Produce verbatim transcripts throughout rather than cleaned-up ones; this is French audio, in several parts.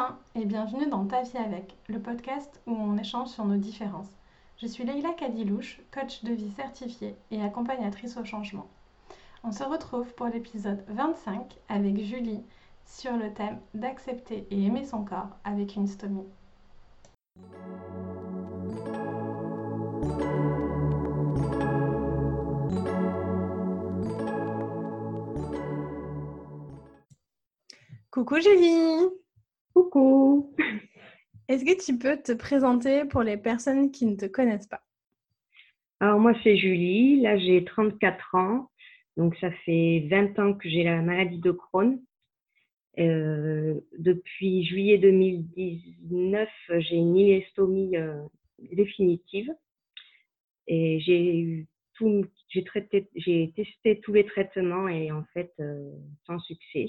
matin et bienvenue dans Ta vie avec, le podcast où on échange sur nos différences. Je suis Leïla Kadilouche, coach de vie certifiée et accompagnatrice au changement. On se retrouve pour l'épisode vingt-cinq avec Julie sur le thème d'accepter et aimer son corps avec une stomie. Coucou Julie! Coucou! Est-ce que tu peux te présenter pour les personnes qui ne te connaissent pas? Alors moi c'est Julie, là j'ai trente-quatre ans, donc ça fait vingt ans que j'ai la maladie de Crohn. Euh, depuis juillet deux mille dix-neuf, j'ai une iléostomie euh, définitive et j'ai eu tout, j'ai traité, j'ai testé tous les traitements et en fait euh, sans succès.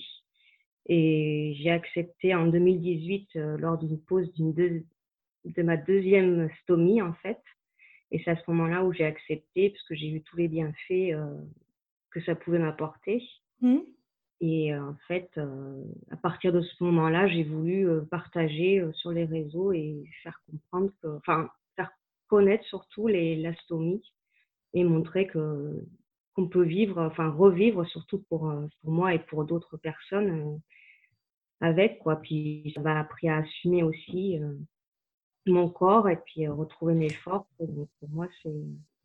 Et j'ai accepté en deux mille dix-huit euh, lors d'une pause d'une deux, de ma deuxième stomie en fait. Et c'est à ce moment-là où j'ai accepté, parce que j'ai vu tous les bienfaits euh, que ça pouvait m'apporter. Mmh. Et euh, en fait, euh, à partir de ce moment-là, j'ai voulu euh, partager euh, sur les réseaux et faire comprendre, que, enfin, faire connaître surtout les, la stomie et montrer que, qu'on peut vivre, enfin revivre, surtout pour, euh, pour moi et pour d'autres personnes euh, avec, quoi. Puis ça m'a appris à assumer aussi euh, mon corps et puis euh, retrouver mes forces. Donc pour moi, c'est...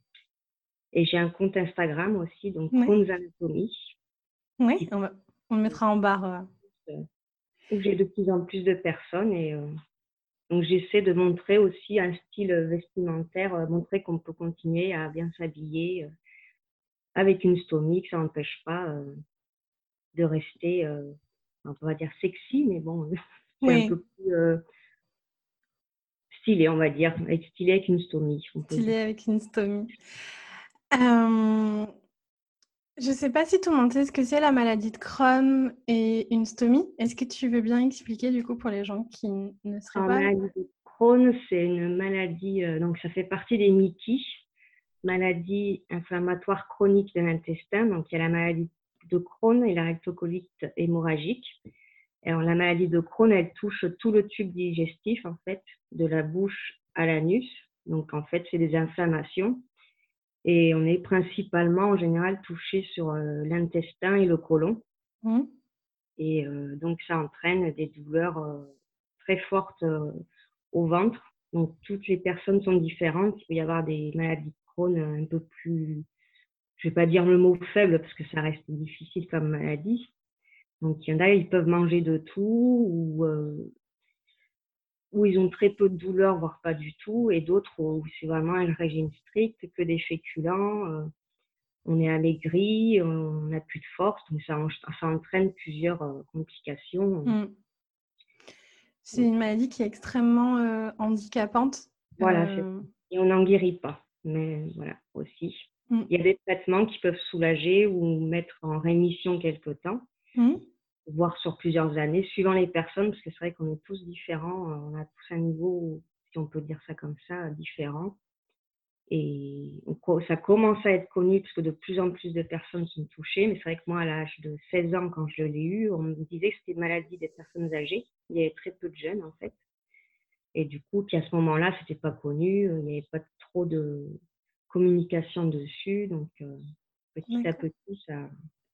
Et j'ai un compte Instagram aussi, donc Oui, Crohn's Anatomy, oui, qui, on, va, on le mettra en barre. euh. euh, où j'ai de plus en plus de personnes. Et euh, donc, j'essaie de montrer aussi un style vestimentaire, euh, montrer qu'on peut continuer à bien s'habiller euh, avec une stomie, que ça n'empêche pas euh, de rester, euh, on va dire sexy, mais bon, c'est un Oui, peu plus euh, stylé, on va dire, être stylé avec une stomie, on peut stylé dire. avec une stomie. Euh, je ne sais pas si tout le monde sait ce que c'est la maladie de Crohn et une stomie. Est-ce que tu veux bien expliquer du coup pour les gens qui ne seraient En pas... maladie de Crohn, c'est une maladie, euh, donc ça fait partie des M I C I, maladie inflammatoire chronique de l'intestin. Donc, il y a la maladie de Crohn et la rectocolite hémorragique. Alors, la maladie de Crohn, elle touche tout le tube digestif, en fait, de la bouche à l'anus. Donc, en fait, c'est des inflammations. Et on est principalement, en général, touché sur euh, l'intestin et le côlon. Mmh. Et euh, donc, ça entraîne des douleurs euh, très fortes euh, au ventre. Donc, toutes les personnes sont différentes. Il peut y avoir des maladies de Crohn un peu plus, je ne vais pas dire le mot faible parce que ça reste difficile comme maladie. Donc, il y en a, ils peuvent manger de tout ou, euh, ou ils ont très peu de douleurs, voire pas du tout. Et d'autres où c'est vraiment un régime strict, que des féculents. Euh, on est amaigri, on n'a plus de force. Donc, ça, ça entraîne plusieurs euh, complications. Mmh. C'est une maladie qui est extrêmement euh, handicapante. Voilà, c'est Euh, ça. Et on n'en guérit pas. Mais voilà, aussi. mmh. Il y a des traitements qui peuvent soulager ou mettre en rémission quelque temps, Mmh. voire sur plusieurs années, suivant les personnes, parce que c'est vrai qu'on est tous différents. On a tous un niveau, si on peut dire ça comme ça, différent. Et on, ça commence à être connu parce que de plus en plus de personnes sont touchées. Mais c'est vrai que moi, à l'âge de seize ans, quand je l'ai eu, on me disait que c'était une maladie des personnes âgées. Il y avait très peu de jeunes, en fait. Et du coup, puis à ce moment-là, c'était pas connu, il n'y avait pas trop de communication dessus. Donc, euh, petit à D'accord. petit, ça,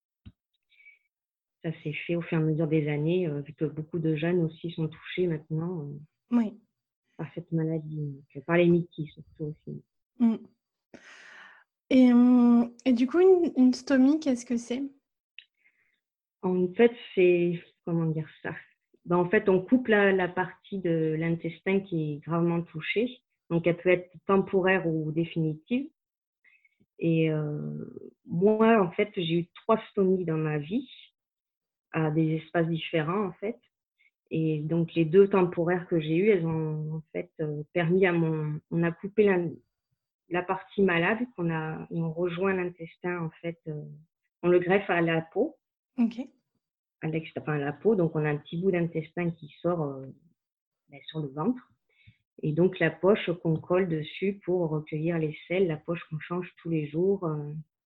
ça s'est fait au fur et à mesure des années, euh, vu que beaucoup de jeunes aussi sont touchés maintenant euh, Oui. par cette maladie, donc, par les M I C I surtout aussi. Mmh. Et, hum, et du coup, une, une stomie, qu'est-ce que c'est? En fait, c'est, comment dire ça? Ben, en fait, on coupe la, la partie de l'intestin qui est gravement touchée. Donc, elle peut être temporaire ou définitive. Et euh, moi, en fait, j'ai eu trois stomies dans ma vie, à des espaces différents, en fait. Et donc, les deux temporaires que j'ai eues, elles ont en fait euh, permis à mon... On a coupé la, la partie malade, qu'on a, on rejoint l'intestin, en fait. Euh, on le greffe à la peau, Ok. à l'extérieur, enfin, à la peau. Donc, on a un petit bout d'intestin qui sort euh, ben, sur le ventre. Et donc, la poche qu'on colle dessus pour recueillir les selles, la poche qu'on change tous les jours. Euh,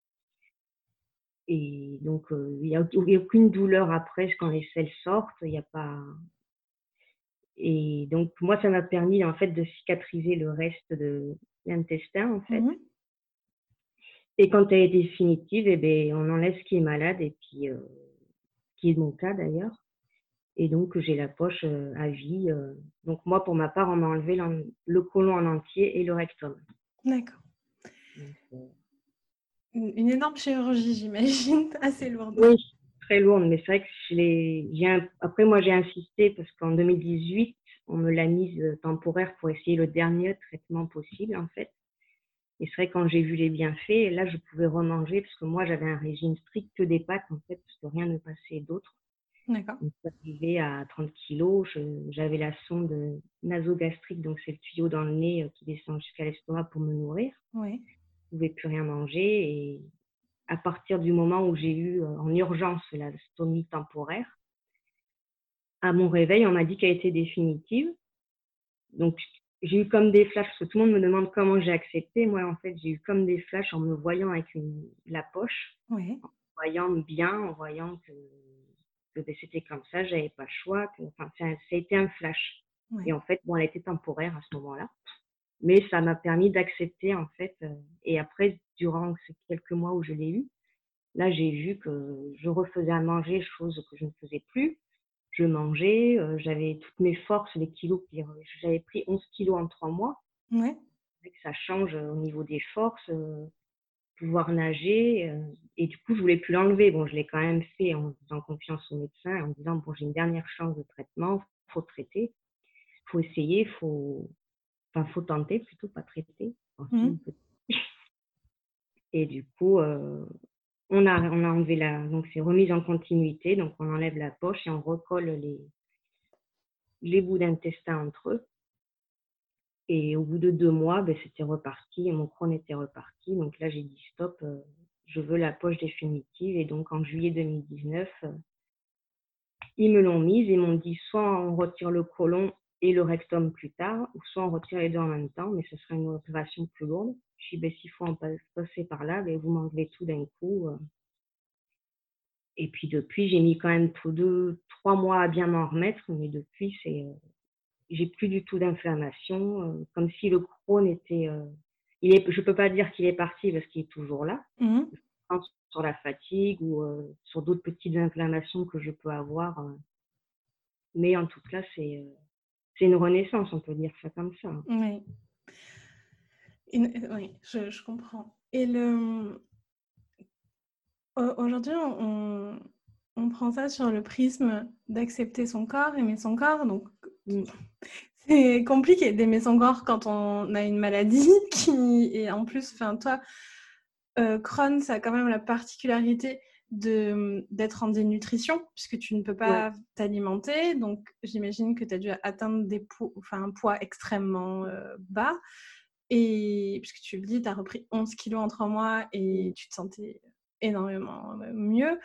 et donc, euh, il n'y a, a aucune douleur après quand les selles sortent. Il n'y a pas... Et donc, moi, ça m'a permis, en fait, de cicatriser le reste de l'intestin, en fait. Mhm. Et quand elle est définitive, eh ben, on enlève ce qui est malade, et puis, euh, ce qui est mon cas d'ailleurs. Et donc, j'ai la poche euh, à vie. euh. Donc, moi, pour ma part, on m'a enlevé l'en- le côlon en entier et le rectum. D'accord. Donc, euh, Une, une énorme chirurgie, j'imagine, assez lourde. oui, très lourde, mais c'est vrai que je l'ai. j'ai un- Après, moi, j'ai insisté parce qu'en deux mille dix-huit, on me l'a mise euh, temporaire pour essayer le dernier traitement possible, en fait. Et c'est vrai, quand j'ai vu les bienfaits, là, je pouvais remanger parce que moi, j'avais un régime strict que des pâtes, en fait, parce que rien ne passait d'autre. D'accord. Donc, j'arrivais à trente kilos, je- j'avais la sonde nasogastrique, donc c'est le tuyau dans le nez euh, qui descend jusqu'à l'estomac pour me nourrir. Oui. Je ne pouvais plus rien manger. Et à partir du moment où j'ai eu euh, en urgence la stomie temporaire, à mon réveil, on m'a dit qu'elle était définitive. Donc, j'ai eu comme des flashs, parce que tout le monde me demande comment j'ai accepté. Moi, en fait, j'ai eu comme des flashs en me voyant avec une, la poche, Oui. en voyant bien, en voyant que, que ben, c'était comme ça, j'avais pas le choix. Que, enfin, ça, ça a été un flash. Et Oui. en fait, bon, elle était temporaire à ce moment-là. Mais ça m'a permis d'accepter, en fait. Euh, et après, durant ces quelques mois où je l'ai eu, là, j'ai vu que je refaisais à manger, chose que je ne faisais plus. Je mangeais, euh, j'avais toutes mes forces, les kilos. J'avais pris onze kilos en trois mois. Oui. Ça change euh, au niveau des forces, euh, pouvoir nager. Euh, et du coup, je voulais plus l'enlever. Bon, je l'ai quand même fait en faisant confiance au médecin, en disant, bon, j'ai une dernière chance de traitement, il faut traiter, il faut essayer, il faut... Enfin, faut tenter plutôt, pas traiter. Mhm. Et du coup, euh, on, a, on a enlevé la... Donc, c'est remise en continuité. Donc, on enlève la poche et on recolle les, les bouts d'intestin entre eux. Et au bout de deux mois, ben, c'était reparti. Et mon Crohn était reparti. Donc là, j'ai dit stop, euh, je veux la poche définitive. Et donc, en juillet deux mille dix-neuf, euh, ils me l'ont mise et m'ont dit soit on retire le côlon et le rectum plus tard, ou soit on retire les deux en même temps, mais ce sera une opération plus lourde. Je dis, ben, s'il faut en passer par là, ben, vous m'enlevez tout d'un coup. euh. Et puis depuis, j'ai mis quand même tous deux, trois mois à bien m'en remettre, mais depuis, c'est, euh, j'ai plus du tout d'inflammation, euh, comme si le Crohn était, euh, il est, je peux pas dire qu'il est parti parce qu'il est toujours là. Mhm. Je pense sur la fatigue ou euh, sur d'autres petites inflammations que je peux avoir, euh, mais en tout cas, c'est, euh, c'est une renaissance, on peut dire ça comme ça. Oui. Une- oui, je, je comprends. Et le, au- aujourd'hui, on, on prend ça sur le prisme d'accepter son corps, aimer son corps. Donc, Mm. c'est compliqué d'aimer son corps quand on a une maladie qui, et en plus, enfin, toi, euh, Crohn, ça a quand même la particularité de, d'être en dénutrition, puisque tu ne peux Ouais. pas t'alimenter. Donc, j'imagine que tu as dû atteindre des poids, enfin, un poids extrêmement euh, bas. Et puisque tu le dis, tu as repris onze kilos en trois mois et Mm. tu te sentais énormément mieux.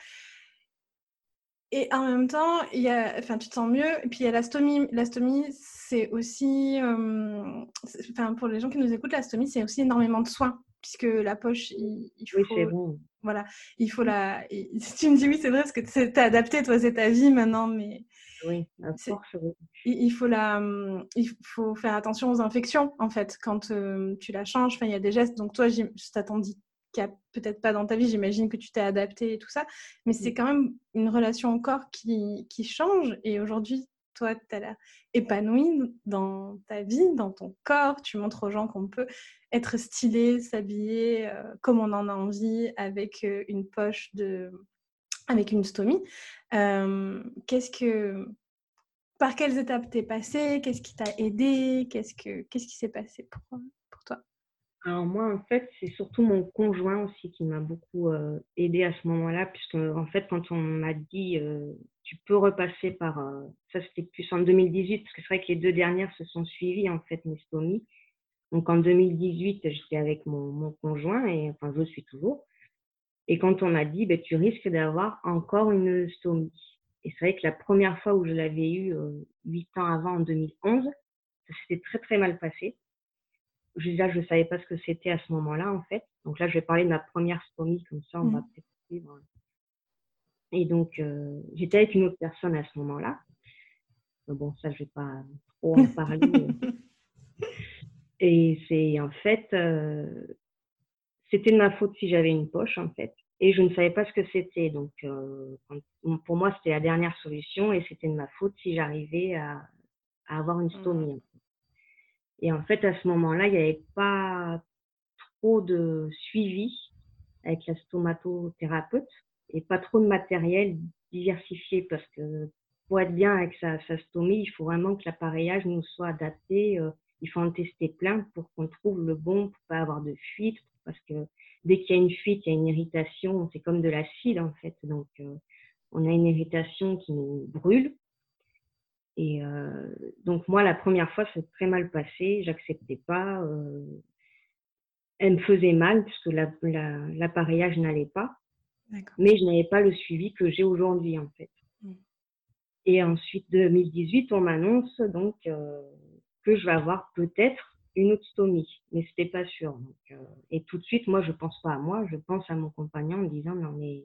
Et en même temps, il y a, enfin, tu te sens mieux. Et puis il y a l'astomie. L'astomie, c'est aussi, euh, c'est- enfin, pour les gens qui nous écoutent, l'astomie, c'est aussi énormément de soins, puisque la poche, il, il Oui, c'est faut, bon. voilà, il faut la. Et, si tu me dis oui, c'est vrai, parce que tu as adapté, toi, c'est ta vie maintenant, mais Oui, à c'est, force, oui. il, il faut la, il faut faire attention aux infections, en fait, quand euh, tu la changes. Enfin, il y a des gestes. Donc toi, je t'attendis qu'il n'y a peut-être pas dans ta vie, j'imagine que tu t'es adapté et tout ça, mais c'est quand même une relation au corps qui, qui change. Et aujourd'hui, toi, tu as l'air épanoui dans ta vie, dans ton corps. Tu montres aux gens qu'on peut être stylé, s'habiller euh, comme on en a envie, avec euh, une poche de, avec une stomie. Euh, qu'est-ce que, par quelles étapes t'es passé? Qu'est-ce qui t'a aidé? Qu'est-ce que, qu'est-ce qui s'est passé pour, pour toi? Alors moi, en fait, c'est surtout mon conjoint aussi qui m'a beaucoup euh, aidé à ce moment-là, puisque en fait, quand on m'a dit euh, tu peux repasser par, euh, ça c'était plus en deux mille dix-huit, parce que c'est vrai que les deux dernières se sont suivies en fait mes stomies. Donc en deux mille dix-huit, j'étais avec mon, mon conjoint et enfin je suis toujours. Et quand on m'a dit ben, tu risques d'avoir encore une stomie. Et c'est vrai que la première fois où je l'avais eu euh, huit ans avant, en deux mille onze, ça s'était très très mal passé. Déjà, je ne savais pas ce que c'était à ce moment-là, en fait. Donc là, je vais parler de ma première stomie, comme ça, on Mmh. va peut-être suivre. Et donc, euh, j'étais avec une autre personne à ce moment-là. bon, ça, je ne vais pas trop en parler. Et c'est en fait, euh, c'était de ma faute si j'avais une poche, en fait. Et je ne savais pas ce que c'était. Donc, euh, quand, pour moi, c'était la dernière solution et c'était de ma faute si j'arrivais à, à avoir une stomie. Mmh. Et en fait, à ce moment-là, il n'y avait pas trop de suivi avec la stomatothérapeute et pas trop de matériel diversifié parce que pour être bien avec sa, sa stomie, il faut vraiment que l'appareillage nous soit adapté. Euh, il faut en tester plein pour qu'on trouve le bon, pour pas avoir de fuite. Parce que dès qu'il y a une fuite, il y a une irritation. C'est comme de l'acide en fait. Donc, euh, on a une irritation qui nous brûle. Et euh, donc, moi, la première fois, c'est très mal passé. J'acceptais pas. Euh, elle me faisait mal puisque la, la, l'appareillage n'allait pas. D'accord. Mais je n'avais pas le suivi que j'ai aujourd'hui, en fait. Mmh. Et ensuite, deux mille dix-huit, on m'annonce donc euh, que je vais avoir peut-être une autre stomie, mais c'était pas sûr. Donc, euh, et tout de suite, moi, je pense pas à moi, je pense à mon compagnon en me disant non mais,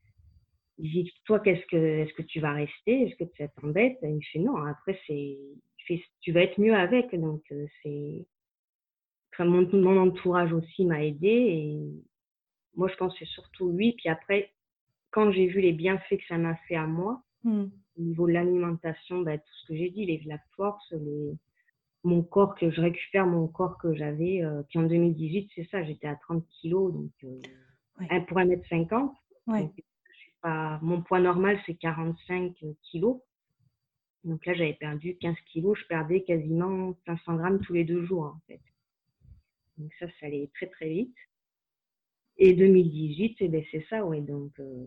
toi, qu'est-ce que, est-ce que tu vas rester, est-ce que ça t'embête? Il me fait non. Après, c'est, fait, tu vas être mieux avec. Donc, euh, c'est, enfin, mon, mon entourage aussi m'a aidé et moi, je pense que c'est surtout lui. Puis après, quand j'ai vu les bienfaits que ça m'a fait à moi, mmh. au niveau de l'alimentation, bah, tout ce que j'ai dit, les, la force, les, mon corps, que je récupère mon corps que j'avais, euh, qui en deux mille dix-huit, c'est ça, j'étais à trente kilos, donc euh, ouais. Pour un mètre cinquante. Ouais. Donc, je suis pas, mon poids normal, c'est quarante-cinq kilos. Donc là, j'avais perdu quinze kilos, je perdais quasiment cinq cents grammes tous les deux jours, en fait. Donc ça, ça allait très, très vite. Et deux mille dix-huit, eh bien, c'est ça, ouais, donc... Euh,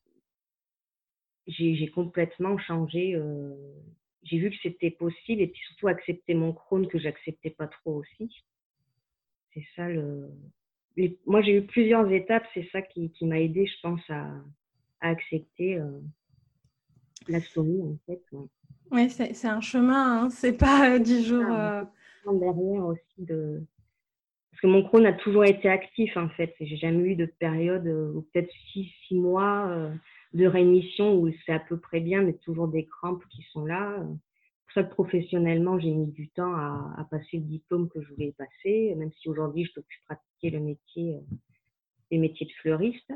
J'ai, j'ai complètement changé. Euh, j'ai vu que c'était possible et puis surtout accepter mon Crohn que j'acceptais pas trop aussi. C'est ça le. Les, moi, j'ai eu plusieurs étapes. C'est ça qui, qui m'a aidé, je pense, à, à accepter euh, la stomie en fait. Ouais. Oui, c'est, c'est un chemin. Hein. C'est pas euh, du jour. Euh... Derrière aussi de. Parce que mon Crohn a toujours été actif en fait. J'ai jamais eu de période, ou peut-être six, six mois. Euh, de rémission où c'est à peu près bien, mais toujours des crampes qui sont là. Pour ça que professionnellement, j'ai mis du temps à, à passer le diplôme que je voulais passer, même si aujourd'hui, je peux plus pratiquer le métier, euh, les métiers de fleuriste.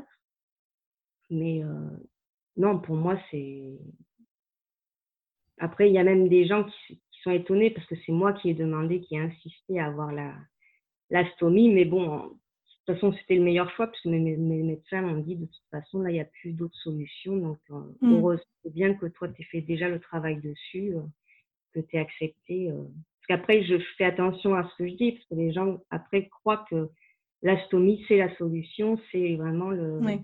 Mais euh, non, pour moi, c'est... Après, il y a même des gens qui, qui sont étonnés parce que c'est moi qui ai demandé, qui ai insisté à avoir la, la stomie, mais bon... De toute façon, c'était le meilleur choix parce que mes, mes médecins m'ont dit de toute façon, là, il n'y a plus d'autres solutions. Donc, euh, mm. heureusement, c'est bien que toi, tu aies fait déjà le travail dessus, euh, que tu aies accepté. Euh. Parce qu'après, je fais attention à ce que je dis parce que les gens, après, croient que la stomie, c'est la solution, c'est vraiment le... Oui.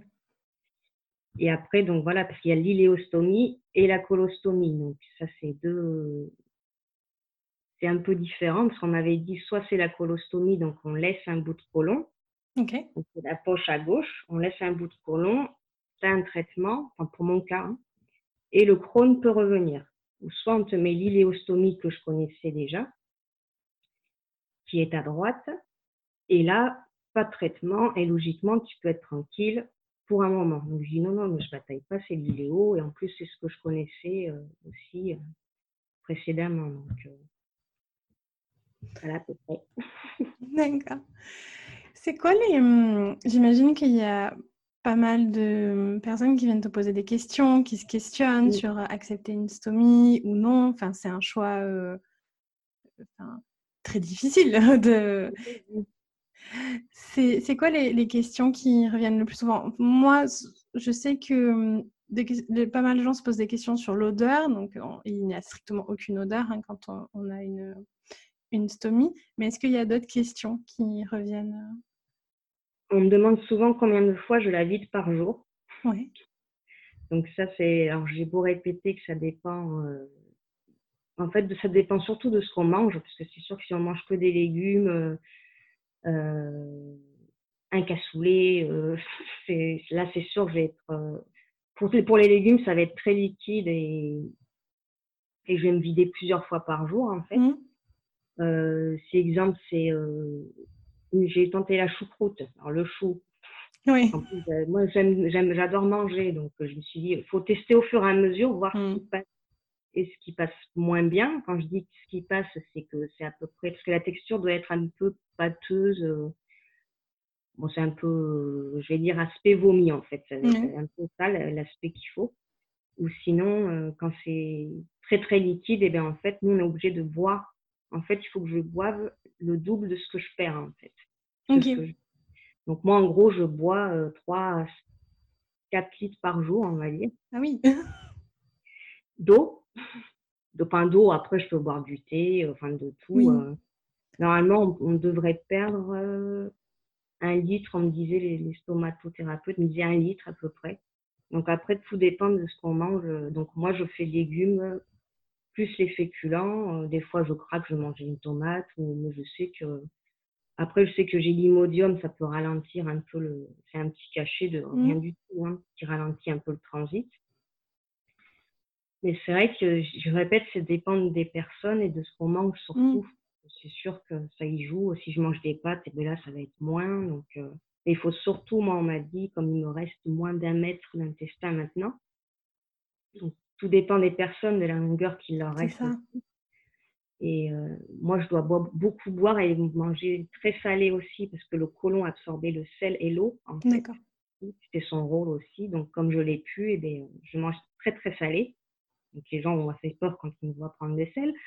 Et après, donc voilà, parce qu'il y a l'iléostomie et la colostomie. Donc, ça, c'est deux... C'est un peu différent parce qu'on m'avait dit soit c'est la colostomie, donc on laisse un bout de côlon. Okay. Donc, la poche à gauche, on laisse un bout de côlon, c'est un traitement, enfin pour mon cas, hein, et le Crohn peut revenir. Ou soit on te met l'iléostomie que je connaissais déjà, qui est à droite, et là, pas de traitement, et logiquement, tu peux être tranquille pour un moment. Donc, je dis non, non, mais je ne bataille pas, c'est l'iléo, et en plus, c'est ce que je connaissais euh, aussi euh, précédemment. Donc, euh, voilà à peu près. D'accord. C'est quoi les... Hum, j'imagine qu'il y a pas mal de personnes qui viennent te poser des questions, qui se questionnent oui. sur accepter une stomie ou non. Enfin, c'est un choix euh, enfin, très difficile. De... C'est, c'est quoi les, les questions qui reviennent le plus souvent? Moi, je sais que des, de, pas mal de gens se posent des questions sur l'odeur. Donc, on, il n'y a strictement aucune odeur hein, quand on, on a une, une stomie. Mais est-ce qu'il y a d'autres questions qui reviennent? On me demande souvent combien de fois je la vide par jour. Oui. Donc ça, c'est... Alors, j'ai beau répéter que ça dépend... Euh... En fait, ça dépend surtout de ce qu'on mange, parce que c'est sûr que si on mange que des légumes, euh, un cassoulet, euh, c'est... là, c'est sûr que je vais être... Euh... Pour, pour les légumes, ça va être très liquide et, et je vais me vider plusieurs fois par jour, en fait. Mmh. Euh, si exemple, c'est... Euh... J'ai tenté la choucroute. Alors, le chou, oui. en plus, euh, moi, j'aime, j'aime, j'adore manger, donc je me suis dit, il faut tester au fur et à mesure, voir mmh. ce qui passe. et ce qui passe moins bien. Quand je dis ce qui passe, c'est que c'est à peu près, parce que la texture doit être un peu pâteuse. euh, Bon, c'est un peu, euh, je vais dire, aspect vomi en fait. C'est Ouais. un peu ça l'aspect qu'il faut. Ou sinon, euh, quand c'est très très liquide, et bien en fait, nous on est obligé de boire. En fait, il faut que je boive le double de ce que je perds en fait. Parce que ce que Ok. je- Donc moi, en gros, je bois euh, trois à quatre litres par jour, on va dire, Ah oui. d'eau. De pain d'eau, après je peux boire du thé, euh, enfin de tout. Oui. euh. Normalement, on, on devrait perdre euh, un litre, on me disait, les, les stomatothérapeutes me disaient un litre à peu près. Donc après, tout dépend de ce qu'on mange. Donc moi, je fais légumes plus les féculents. Euh, Des fois, je craque, je mange une tomate. Ou, mais je sais que après, je sais que j'ai l'imodium, ça peut ralentir un peu le. C'est un petit cachet de rien Mm. du tout, hein, qui ralentit un peu le transit. Mais c'est vrai que je répète, ça dépend des personnes et de ce qu'on mange surtout. Mm. C'est sûr que ça y joue. Si je mange des pâtes, et bien là, ça va être moins. Donc, euh, il faut surtout, moi, on m'a dit, comme il me reste moins d'un mètre d'intestin maintenant, donc tout dépend des personnes, de la longueur qu'il leur C'est reste. ça. Et euh, moi, je dois boire, beaucoup boire et manger très salé aussi parce que le côlon absorbait le sel et l'eau, en fait. D'accord. C'était son rôle aussi. Donc, comme je l'ai pu, eh bien, je mange très, très salé. Donc, les gens ont assez peur quand ils me voient prendre des sels.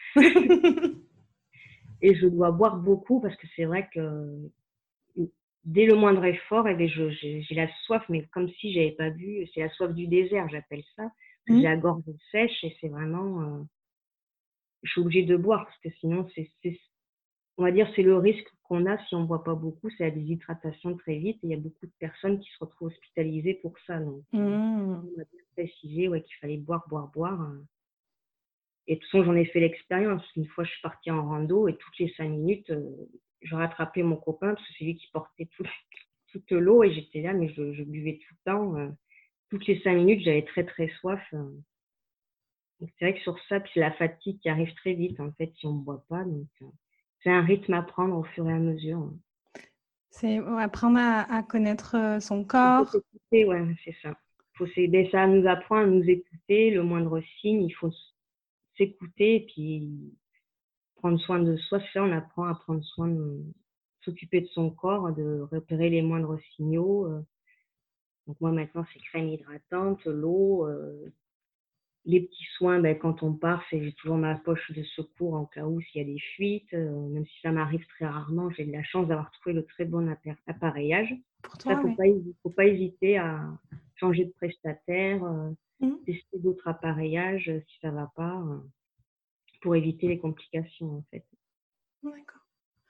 Et je dois boire beaucoup parce que c'est vrai que dès le moindre effort, eh bien, je, j'ai, j'ai la soif, mais comme si je n'avais pas bu. C'est la soif du désert, j'appelle ça. J'ai Mm. la gorge sèche et c'est vraiment. Euh, je suis obligée de boire parce que sinon, c'est, c'est, on va dire, c'est le risque qu'on a si on ne boit pas beaucoup, c'est la déshydratation très vite. Et il y a beaucoup de personnes qui se retrouvent hospitalisées pour ça. Donc, euh, Mm. on m'a bien précisé ouais, qu'il fallait boire, boire, boire. euh. Et de toute façon, j'en ai fait l'expérience. Une fois, je suis partie en rando et toutes les cinq minutes, euh, je rattrapais mon copain parce que c'est lui qui portait tout, toute l'eau et j'étais là, mais je, je buvais tout le temps. Euh, toutes les cinq minutes, j'avais très, très soif. Euh. Donc, c'est vrai que sur ça, puis c'est la fatigue qui arrive très vite, en fait, si on ne boit pas. Donc, euh, c'est un rythme à prendre au fur et à mesure. Hein. C'est ouais, apprendre à, à connaître euh, son Il faut corps. s'écouter, ouais, c'est ça. Faut s'aider, ça nous apprend à nous écouter, le moindre signe, il faut s'écouter et puis prendre soin de soi. C'est ça, on apprend à prendre soin de s'occuper de son corps, de repérer les moindres signaux. euh. Donc moi maintenant, c'est crème hydratante, l'eau, euh, les petits soins, ben, quand on part, c'est j'ai toujours ma poche de secours en cas où s'il y a des fuites. Euh, même si ça m'arrive très rarement, j'ai de la chance d'avoir trouvé le très bon appareillage. Pour Ça, toi, faut ouais. pas, faut pas hésiter à changer de prestataire, euh, Mm. tester d'autres appaillages euh, si ça va pas, euh, pour éviter les complications en fait. D'accord.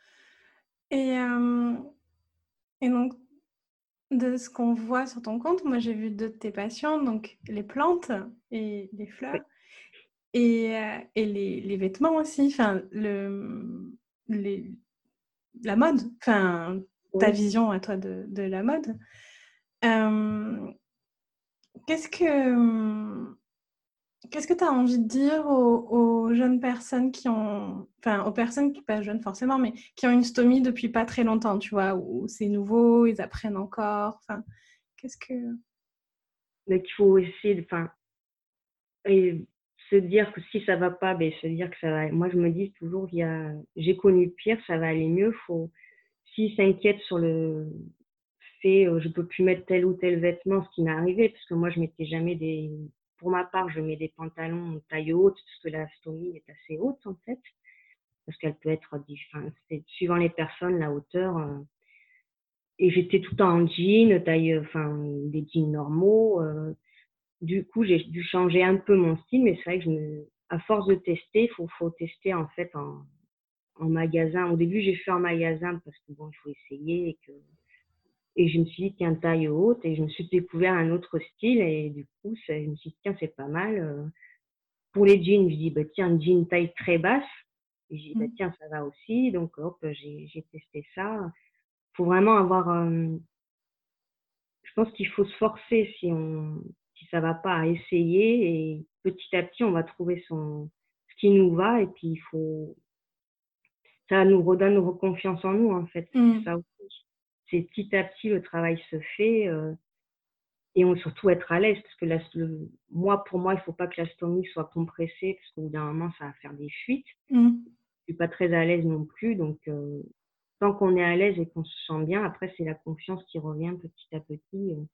Et, euh, et donc, de ce qu'on voit sur ton compte, moi j'ai vu deux de tes passions, donc les plantes et les fleurs, Ouais, et, euh, et les, les vêtements aussi, enfin, le, les, la mode, enfin, ta ouais. vision à toi de, de la mode. Euh, qu'est-ce que qu'est-ce que tu as envie de dire aux, aux jeunes personnes qui ont, enfin, aux personnes qui, pas jeunes forcément, mais qui ont une stomie depuis pas très longtemps, tu vois, où c'est nouveau, ils apprennent encore, enfin, qu'est-ce que... Donc il faut essayer de, enfin, et se dire que si ça va pas, ben se dire que ça va. Moi je me dis toujours, il y a, j'ai connu pire, ça va aller mieux. Faut, s'ils s'inquiètent sur le fait, euh, je peux plus mettre tel ou tel vêtement, ce qui m'est arrivé, parce que moi je mettais jamais des, pour ma part, je mets des pantalons taille haute, parce que la stomie est assez haute en fait, parce qu'elle peut être, enfin, c'est suivant les personnes, la hauteur. euh, et j'étais tout le temps en jean, taille, enfin, des jeans normaux. euh, Du coup, j'ai dû changer un peu mon style, mais c'est vrai que je me, à force de tester, il faut, faut tester en fait en, en magasin. Au début, j'ai fait en magasin parce que bon, il faut essayer et que et je me suis dit tiens, taille haute et je me suis découvert un autre style et du coup, ça, je me suis dit tiens, c'est pas mal. euh. Pour les jeans, je dis bah tiens, un jean taille très basse. Et je dis bah Mm. tiens, ça va aussi. Donc hop, j'ai j'ai testé ça. Faut vraiment avoir euh, je pense qu'il faut se forcer si on si ça va pas à essayer et petit à petit on va trouver son ce qui nous va et puis il faut ça nous redonne confiance en nous en fait c'est Mm. ça aussi c'est petit à petit le travail se fait euh, et on, surtout être à l'aise, parce que la, le, moi, pour moi, il ne faut pas que la stomie soit compressée, parce qu'au bout d'un moment, ça va faire des fuites. Mmh. Je ne suis pas très à l'aise non plus, donc euh, tant qu'on est à l'aise et qu'on se sent bien, après, c'est la confiance qui revient petit à petit. Euh,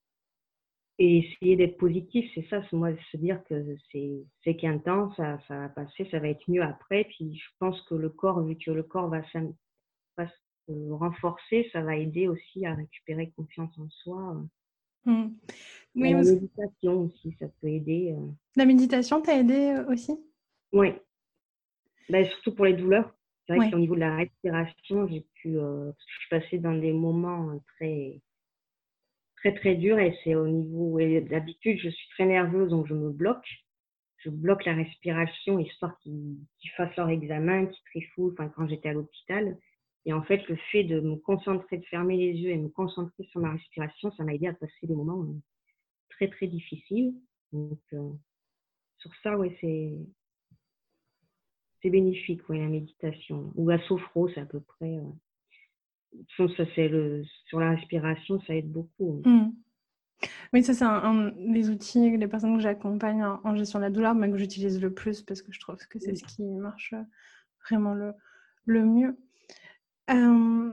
et essayer d'être positif, c'est ça, c'est moi, se dire que c'est, c'est qu'un temps, ça, ça va passer, ça va être mieux après. Puis je pense que le corps, vu que le corps va, va se renforcer, ça va aider aussi à récupérer confiance en soi. Mmh. Et à Oui, la parce que méditation aussi, ça peut aider. Euh... la méditation t'a aidé euh, aussi? Oui, ben, surtout pour les douleurs. C'est vrai Ouais. qu'au niveau de la respiration, j'ai pu, euh, parce que je suis passée dans des moments euh, très, très, très durs et c'est au niveau, et d'habitude, je suis très nerveuse, donc je me bloque. Je bloque la respiration histoire qu'ils, qu'ils fassent leur examen, qu'ils trifouillent, enfin, quand j'étais à l'hôpital. Et en fait, le fait de me concentrer, de fermer les yeux et me concentrer sur ma respiration, ça m'a aidé à passer des moments euh, très, très difficiles. Donc, euh, sur ça, ouais, c'est, c'est bénéfique, ouais, la méditation. Ou la sophro, c'est à peu près. Euh, ça, c'est le, sur la respiration, ça aide beaucoup. Mmh. Oui, ça, c'est un, un des outils, les personnes que j'accompagne en, en gestion de la douleur, mais que j'utilise le plus parce que je trouve que c'est ce qui marche vraiment le, le mieux. Euh,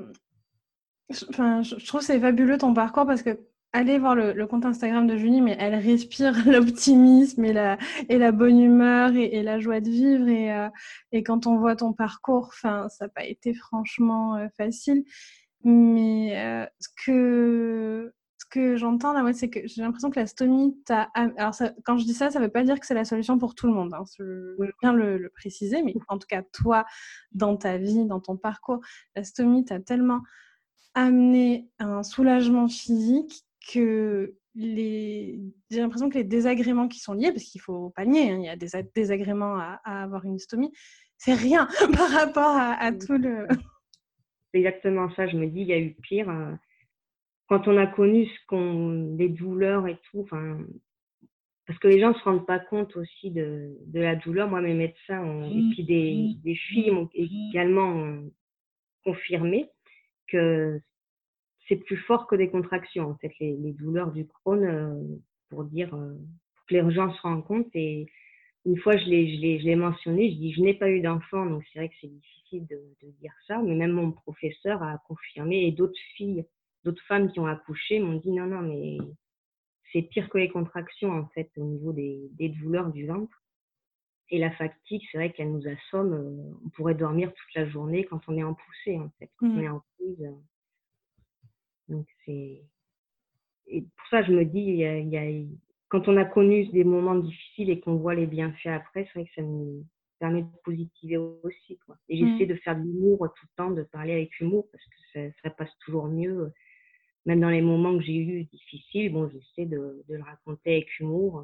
Enfin, je je trouve que c'est fabuleux ton parcours parce que allez voir le, le compte Instagram de Julie, mais elle respire l'optimisme et la, et la bonne humeur et, et la joie de vivre. Et, euh, et quand on voit ton parcours, enfin, ça n'a pas été franchement euh, facile. Mais euh, ce que, ce que j'entends là, ouais, c'est que j'ai l'impression que la stomie t'a. Alors, ça, quand je dis ça, ça ne veut pas dire que c'est la solution pour tout le monde. Hein, je veux Oui, bien le, le préciser, mais en tout cas, toi, dans ta vie, dans ton parcours, la stomie t'a tellement amener un soulagement physique que les... j'ai l'impression que les désagréments qui sont liés, parce qu'il ne faut pas nier, hein, il y a des désagréments à, à avoir une stomie, c'est rien par rapport à, à tout le... c'est exactement ça. Je me dis, il y a eu pire. Euh, quand on a connu ce qu'on, les douleurs et tout, enfin, parce que les gens ne se rendent pas compte aussi de, de la douleur. Moi, mes médecins ont, et puis des, des filles m'ont également confirmé que c'est plus fort que des contractions, en fait, les, les douleurs du Crohn, euh, pour dire, euh, pour que les gens se rendent compte. Et une fois, je l'ai, je l'ai, je l'ai mentionné, je dis, je n'ai pas eu d'enfant, donc c'est vrai que c'est difficile de, de dire ça, mais même mon professeur a confirmé, et d'autres filles, d'autres femmes qui ont accouché m'ont dit, non, non, mais c'est pire que les contractions, en fait, au niveau des, des douleurs du ventre. Et la fatigue, c'est vrai qu'elle nous assomme. Euh, on pourrait dormir toute la journée quand on est en poussée, en fait, quand on est Mmh. en prise. Euh, donc, c'est... Et pour ça, je me dis, il y a, il y a... quand on a connu des moments difficiles et qu'on voit les bienfaits après, c'est vrai que ça nous permet de positiver aussi, quoi. Et j'essaie Mmh. de faire de l'humour tout le temps, de parler avec humour, parce que ça, ça passe toujours mieux. Même dans les moments que j'ai eu difficiles, bon, j'essaie de, de le raconter avec humour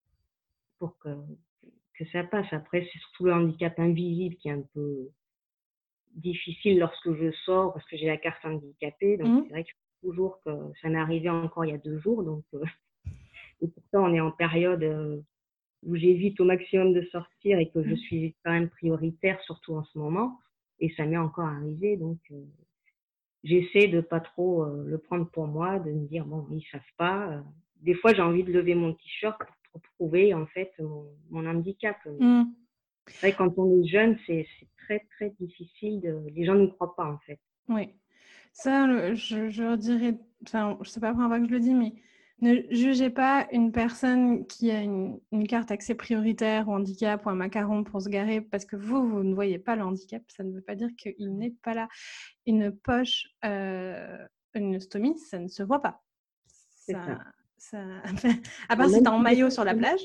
pour que, que ça passe. Après, c'est surtout le handicap invisible qui est un peu difficile lorsque je sors, parce que j'ai la carte handicapée. Donc, Mmh. c'est vrai que toujours que ça m'est arrivé encore il y a deux jours. Donc, euh, et pourtant, on est en période euh, où j'évite au maximum de sortir et que je suis quand même prioritaire, surtout en ce moment. Et ça m'est encore arrivé. Donc, euh, j'essaie de pas trop euh, le prendre pour moi, de me dire, bon, ils savent pas. Euh, des fois, j'ai envie de lever mon t-shirt pour, pour prouver, en fait, mon, mon handicap. Mmh. C'est vrai, quand on est jeune, c'est c'est très, très difficile. De... Les gens ne croient pas, en fait. Oui. Ça, le- je, je leur dirais, enfin, je sais pas la première fois que je le dis, mais ne jugez pas une personne qui a une, une carte accès prioritaire ou handicap ou un macaron pour se garer parce que vous, vous ne voyez pas le handicap. Ça ne veut pas dire qu'il n'est pas là. Une poche, euh, une stomie, ça ne se voit pas. C'est Ça, ça. ça... à part si Même t'es en si des maillot fois, sur la plage.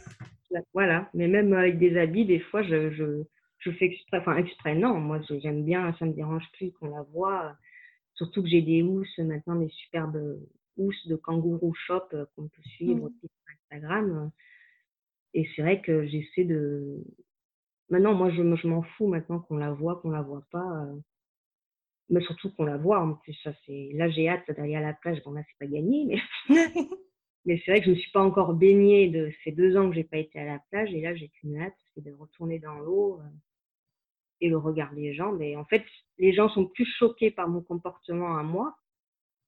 voilà, mais même avec des habits, des fois, je, je, je fais exprès, enfin exprès, non, moi j'aime bien, ça me dérange plus qu'on la voit, surtout que j'ai des housses, maintenant des superbes housses de Kangourou Shop euh, qu'on peut suivre Mm. aussi sur Instagram, et c'est vrai que j'essaie de, maintenant moi je, je m'en fous maintenant qu'on la voit, qu'on la voit pas, euh, mais surtout qu'on la voit, en plus ça c'est, là j'ai hâte d'aller à la plage, bon là c'est pas gagné, mais Mais c'est vrai que je ne me suis pas encore baignée de ces deux ans que j'ai pas été à la plage. Et là, j'ai qu'une hâte, c'est de retourner dans l'eau euh, et le regard des gens. Mais en fait, les gens sont plus choqués par mon comportement à moi.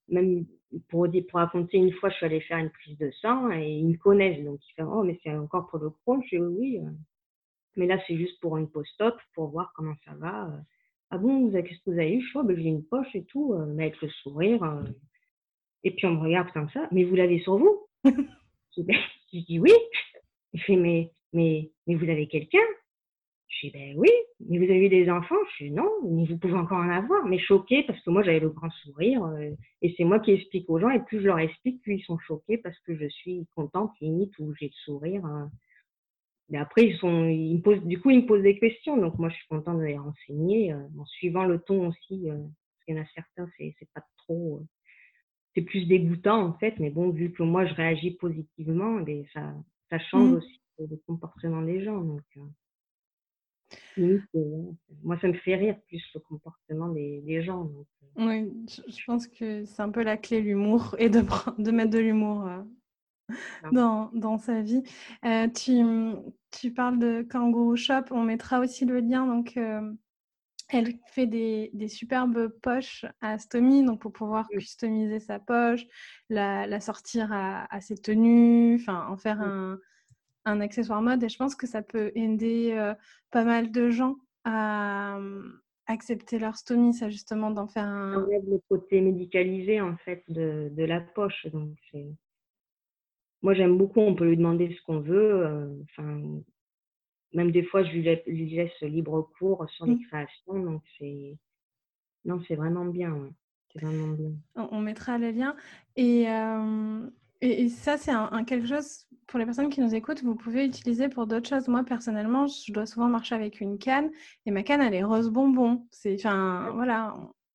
même pour, dire- pour raconter, une fois, je suis allée faire une prise de sang et ils me connaissent. Donc, ils font, oh, mais c'est encore pour le Crohn. Je dis, oui, oui. euh, Mais là, c'est juste pour une post-op, pour voir comment ça va. euh. Ah bon, vous avez- qu'est-ce que vous avez eu? Je vois, ben, j'ai une poche et tout, euh, mais avec le sourire. euh. Et puis, on me regarde comme ça. Mais vous l'avez sur vous? Je dis, ben, je dis oui. Il fait, mais, mais, mais vous avez quelqu'un? Je dis, ben oui. Mais vous avez eu des enfants? Je dis, non, mais vous pouvez encore en avoir. Mais choquée, parce que moi, j'avais le grand sourire. euh, et c'est moi qui explique aux gens. Et plus je leur explique, plus ils sont choqués parce que je suis contente, limite, ou j'ai le sourire. euh. Mais après, ils sont, ils me posent, du coup, ils me posent des questions. Donc, moi, je suis contente de les renseigner, euh, en suivant le ton aussi. Euh, parce qu'il y en a certains, c'est, c'est pas trop. Euh, c'est plus dégoûtant, en fait. Mais bon, vu que moi, je réagis positivement, eh ça, ça change Mm. aussi le comportement des gens. Donc, euh, limite, euh, moi, ça me fait rire plus le comportement des, des gens. Donc, Oui, je, je pense que c'est un peu la clé, l'humour, et de, pre- de mettre de l'humour euh, euh, dans, dans sa vie. Euh, tu, tu parles de Kangaroo Shop, on mettra aussi le lien. Donc, euh, elle fait des, des superbes poches à Stomy, donc pour pouvoir customiser sa poche, la, la sortir à, à ses tenues, enfin en faire un, un accessoire mode. Et je pense que ça peut aider euh, pas mal de gens à euh, accepter leur Stomy, ça justement d'en faire ça un. enlève le côté médicalisé, en fait, de, de la poche. Donc, c'est... Moi, j'aime beaucoup. On peut lui demander ce qu'on veut. euh, Enfin, même des fois, je lui laisse, lui laisse libre cours sur les Mm. créations. Donc, c'est... Non, c'est vraiment bien. Ouais. C'est vraiment bien. On, on mettra le lien. Et, euh, et, et ça, c'est un, un quelque chose, pour les personnes qui nous écoutent, vous pouvez utiliser pour d'autres choses. Moi, personnellement, je dois souvent marcher avec une canne. Et ma canne, elle est rose bonbon. C'est, enfin, voilà.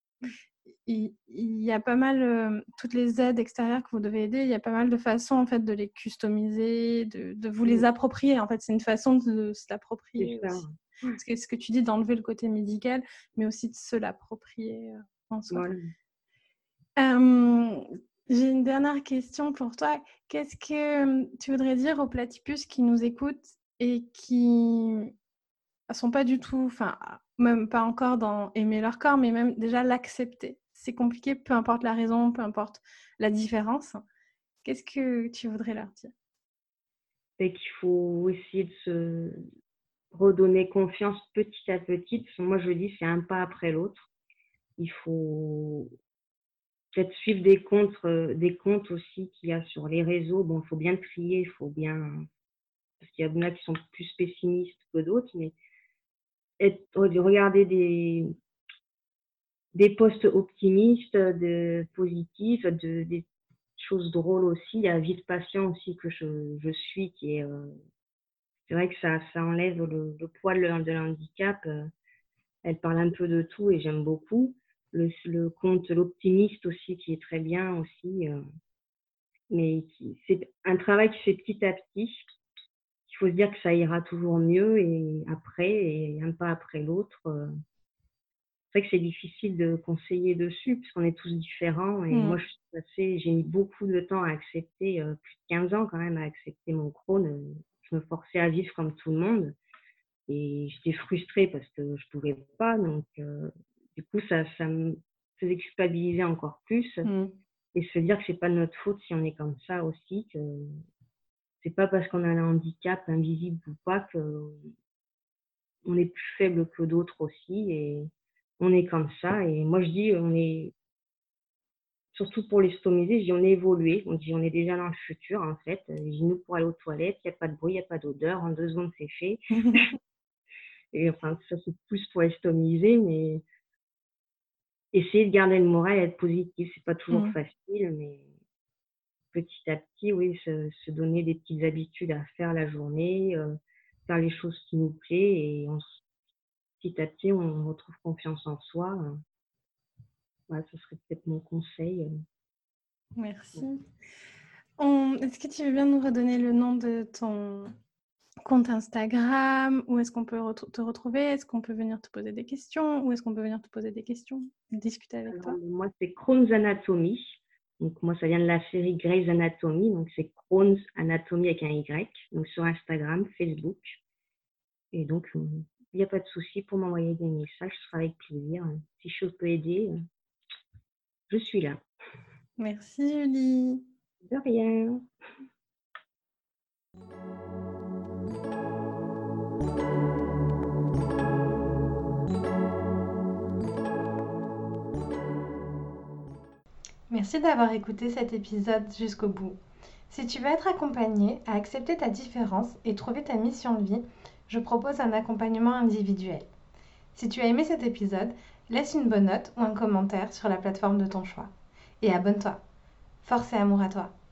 Il, il y a pas mal, euh, toutes les aides extérieures que vous devez aider, il y a pas mal de façons, en fait, de les customiser, de, de vous les Mm, approprier. En fait, c'est une façon de se c'est l'approprier ça. aussi. Ouais. Parce que ce que tu dis, d'enlever le côté médical, mais aussi de se l'approprier euh, en soi. Voilà. Euh, j'ai une dernière question pour toi. Qu'est-ce que euh, tu voudrais dire aux platypus qui nous écoutent et qui sont pas du tout, enfin, même pas encore dans aimer leur corps, mais même déjà l'accepter? C'est compliqué, peu importe la raison, peu importe la différence. Qu'est-ce que tu voudrais leur dire? C'est qu'il faut essayer de se redonner confiance petit à petit. Parce que moi, je dis, c'est un pas après l'autre. Il faut peut-être suivre des comptes, euh, des comptes aussi qu'il y a sur les réseaux. Bon, il faut bien trier, il faut bien... Parce qu'il y en a qui sont plus pessimistes que d'autres, mais être, regarder des, des posts optimistes, de positifs, de, des choses drôles aussi. Il y a Vite Patient aussi que je, je suis, qui est... Euh, c'est vrai que ça, ça enlève le, le poids de, de l'handicap. Euh, elle parle un peu de tout et j'aime beaucoup. Le, le conte L'Optimiste aussi, qui est très bien aussi. Euh, mais qui, c'est un travail qui se fait petit à petit. Il faut se dire que ça ira toujours mieux et après, et un pas après l'autre. Euh, c'est vrai que c'est difficile de conseiller dessus puisqu'on est tous différents. Et moi, Mm. je suis passée, j'ai mis beaucoup de temps à accepter, euh, plus de quinze ans quand même, à accepter mon Crohn. Je me forçais à vivre comme tout le monde. Et j'étais frustrée parce que je ne pouvais pas. Donc, euh, du coup, ça, ça me faisait culpabiliser encore plus. Mm. Et se dire que ce n'est pas de notre faute si on est comme ça aussi. Que c'est pas parce qu'on a un handicap invisible ou pas qu'on est plus faible que d'autres aussi. Et on est comme ça. Et moi, je dis, on est, surtout pour les stomisés, je dis, on est évolué. On dit, on est déjà dans le futur, en fait. Je dis, nous, pour aller aux toilettes, il n'y a pas de bruit, il n'y a pas d'odeur. En deux secondes, c'est fait. Et enfin, ça, c'est plus pour les stomisés, mais essayer de garder le moral et être positif. C'est pas toujours Mm. facile, mais petit à petit, oui, se, se donner des petites habitudes à faire la journée, euh, faire les choses qui nous plaisent et on, petit à petit, on retrouve confiance en soi. Euh, voilà, ce serait peut-être mon conseil. Euh. Merci. On... Est-ce que tu veux bien nous redonner le nom de ton compte Instagram? Où est-ce qu'on peut re- te retrouver? Est-ce qu'on peut venir te poser des questions? Où est-ce qu'on peut venir te poser des questions? Discuter avec Alors, toi? moi, c'est Crohn's Anatomy. Donc, moi, ça vient de la série Grey's Anatomy. Donc, c'est Crohn's Anatomy avec un Y. Donc, sur Instagram, Facebook. Et donc, il n'y a pas de souci pour m'envoyer des messages. Ce sera avec plaisir. Si je peux aider, je suis là. Merci Julie. De rien. Merci d'avoir écouté cet épisode jusqu'au bout. Si tu veux être accompagné à accepter ta différence et trouver ta mission de vie, je propose un accompagnement individuel. Si tu as aimé cet épisode, laisse une bonne note ou un commentaire sur la plateforme de ton choix. Et abonne-toi. Force et amour à toi.